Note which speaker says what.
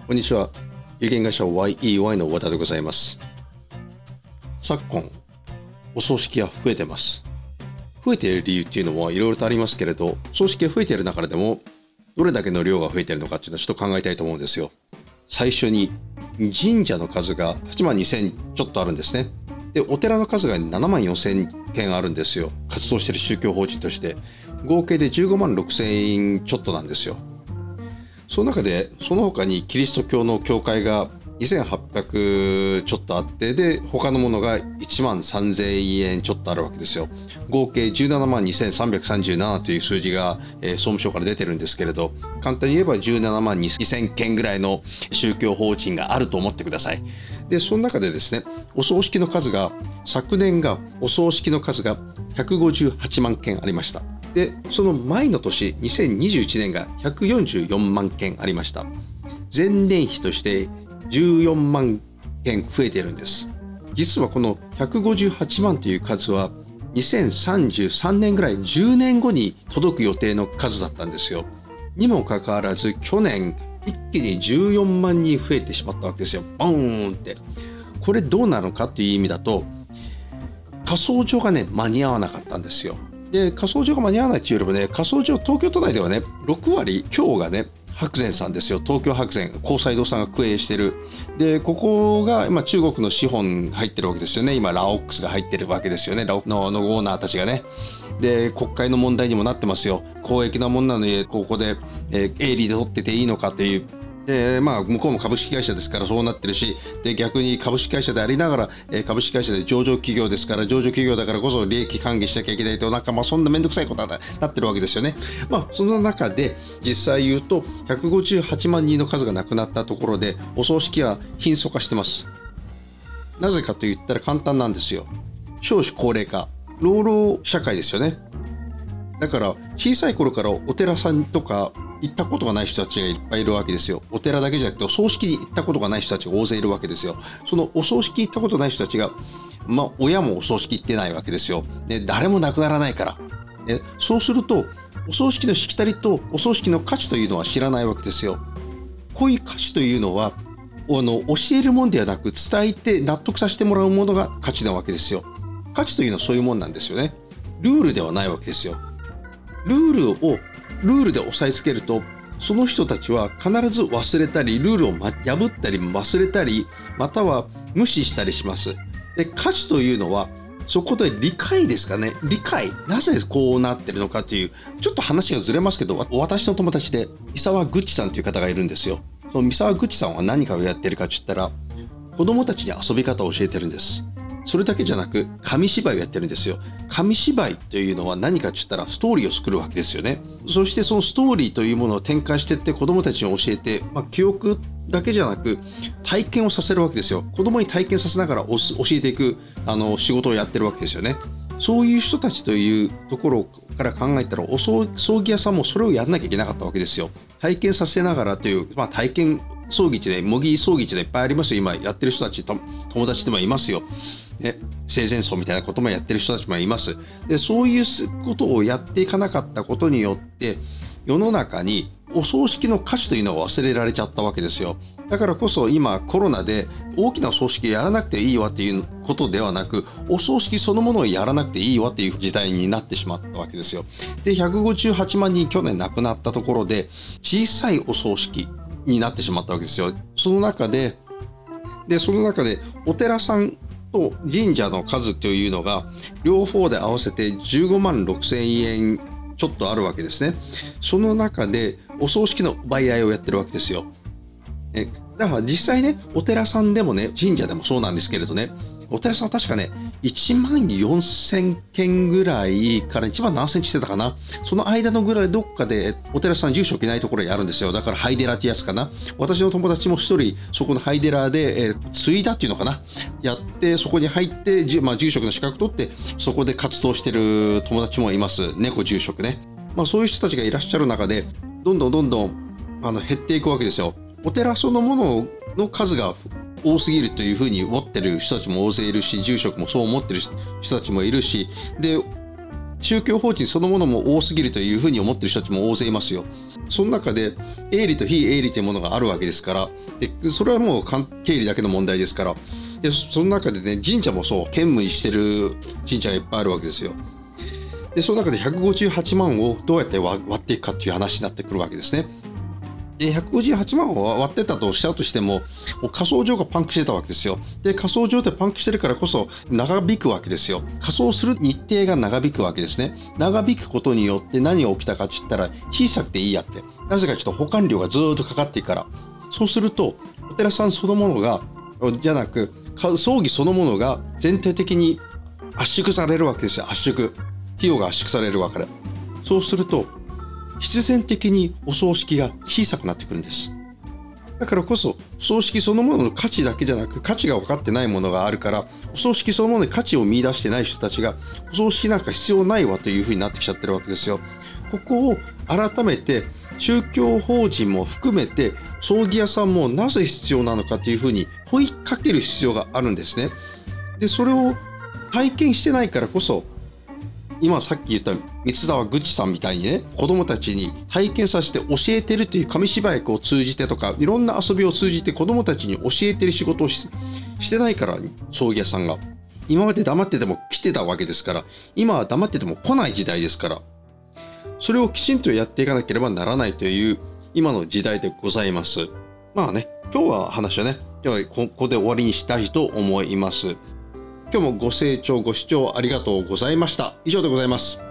Speaker 1: こんにちは。有限会社 YEY の和田でございます。昨今、お葬式が増えてます。増えている理由っていうのはいろいろとありますけれど、葬式が増えている中でも、どれだけの量が増えているのかっていうのはちょっと考えたいと思うんですよ。最初に、神社の数が8万2000ちょっとあるんですね。で、お寺の数が7万4000件あるんですよ。活動している宗教法人として。合計で15万6000ちょっとなんですよ。その中で、その他にキリスト教の教会が2800ちょっとあって、で、他のものが1万3000円ちょっとあるわけですよ。合計17万2337という数字が、総務省から出てるんですけれど、簡単に言えば17万2000件ぐらいの宗教法人があると思ってください。で、その中でですね、お葬式の数が、昨年がお葬式の数が158万件ありました。で、その前の年、2021年が144万件ありました。前年比として14万件増えているんです。実はこの158万という数は、2033年ぐらい、10年後に届く予定の数だったんですよ。にもかかわらず、去年、一気に14万人増えてしまったわけですよ。ボーンって。これどうなのかという意味だと、火葬場がね、間に合わなかったんですよ。で、火葬場が間に合わないというよりもね、火葬場、東京都内ではね、6割強がね、白善さんですよ。東京白善、高斎堂さんが経営してる。で、ここが今中国の資本入ってるわけですよね。今、ラオックスが入ってるわけですよね。ラオックスのオーナーたちがね。で、国会の問題にもなってますよ。公益なもんなのに、ここで、営利で取ってていいのかという。で、まあ、向こうも株式会社ですからそうなってるし、で、逆に株式会社でありながら、株式会社で上場企業ですから、上場企業だからこそ利益還元しなきゃいけないと、なんかまあそんなめんどくさいことになってるわけですよね。まあ、その中で、実際言うと、158万人の数が亡くなったところで、お葬式は貧相化してます。なぜかと言ったら簡単なんですよ。少子高齢化、老老社会ですよね。だから、小さい頃からお寺さんとか、行ったことがない人たちがいっぱいいるわけですよ。お寺だけじゃなくてお葬式に行ったことがない人たちが大勢いるわけですよ。そのお葬式行ったことない人たちが、まあ親もお葬式行ってないわけですよ。で、誰も亡くならないから。そうすると、お葬式のしきたりとお葬式の価値というのは知らないわけですよ。こういう価値というのは、教えるもんではなく伝えて納得させてもらうものが価値なわけですよ。価値というのはそういうもんなんですよね。ルールではないわけですよ。ルールで押さえつけると、その人たちは必ず忘れたり、ルールを破ったり忘れたり、または無視したりします。で、価値というのは、そこで理解ですかね。理解。なぜこうなってるのかという、ちょっと話がずれますけど、私の友達で、三沢ぐっちさんという方がいるんですよ。その三沢ぐっちさんは何かをやってるかって言ったら、子供たちに遊び方を教えてるんです。それだけじゃなく、紙芝居をやってるんですよ。紙芝居というのは何かって言ったら、ストーリーを作るわけですよね。そしてそのストーリーというものを展開していって子供たちに教えて、記憶だけじゃなく、体験をさせるわけですよ。子供に体験させながら教えていく、仕事をやってるわけですよね。そういう人たちというところから考えたら、葬儀屋さんもそれをやらなきゃいけなかったわけですよ。体験させながらという、体験葬儀地で、模擬葬儀地でいっぱいありますよ。今やってる人たち、友達でもいますよ。ね、生前葬みたいなこともやってる人たちもいます。で、そういうことをやっていかなかったことによって、世の中にお葬式の価値というのが忘れられちゃったわけですよ。だからこそ今コロナで大きなお葬式やらなくていいわっていうことではなく、お葬式そのものをやらなくていいわっていう時代になってしまったわけですよ。で、158万人去年亡くなったところで、小さいお葬式になってしまったわけですよ。その中でお寺さんと神社の数というのが両方で合わせて15万6000円ちょっとあるわけですね。その中でお葬式の奪い合いをやってるわけですよ。だから実際ね、お寺さんでもね、神社でもそうなんですけれどね、お寺さんは確かね、1万4000件ぐらいから1万何センチしてたかな。その間のぐらいどっかでお寺さん住所置けないところにあるんですよ。だからハイデラってやつかな。私の友達も一人そこのハイデラで、継いだっていうのかな。やってそこに入って住職の資格取ってそこで活動してる友達もいます。猫住職ね。そういう人たちがいらっしゃる中でどんどん減っていくわけですよ。お寺そのものの数が多すぎるというふうに思ってる人たちも大勢いるし、住職もそう思ってる人たちもいるし、で、 宗教法人そのものも多すぎるというふうに思っている人たちも大勢いますよ。その中で営利と非営利というものがあるわけですから、でそれはもう経理だけの問題ですから、でその中でね、神社もそう、兼務してる神社がいっぱいあるわけですよ。でその中で158万をどうやって割っていくかっていう話になってくるわけですね。で158万を割ってたとしたとしても、火葬場がパンクしてたわけですよ。で火葬場でパンクしてるからこそ長引くわけですよ。火葬する日程が長引くわけですね。長引くことによって何が起きたかって言ったら、小さくていいやって、なぜかちょっと保管料がずっとかかっていくから。そうするとお寺さんそのものがじゃなく、葬儀そのものが全体的に圧縮されるわけですよ。圧縮、費用が圧縮されるわけで、そうすると必然的にお葬式が小さくなってくるんです。だからこそお葬式そのものの価値だけじゃなく、価値が分かってないものがあるから、お葬式そのものに価値を見出してない人たちが、お葬式なんか必要ないわというふうになってきちゃってるわけですよ。ここを改めて宗教法人も含めて葬儀屋さんもなぜ必要なのかというふうに問いかける必要があるんですね。でそれを体験してないからこそ、今さっき言った三沢ぐちさんみたいにね、子供たちに体験させて教えてるという紙芝居を通じてとか、いろんな遊びを通じて子供たちに教えてる仕事をしてないから、葬儀屋さんが今まで黙ってても来てたわけですから、今は黙ってても来ない時代ですから、それをきちんとやっていかなければならないという今の時代でございます。まあね、今日は話はね、今日はここで終わりにしたいと思います。今日もご清聴ご視聴ありがとうございました。以上でございます。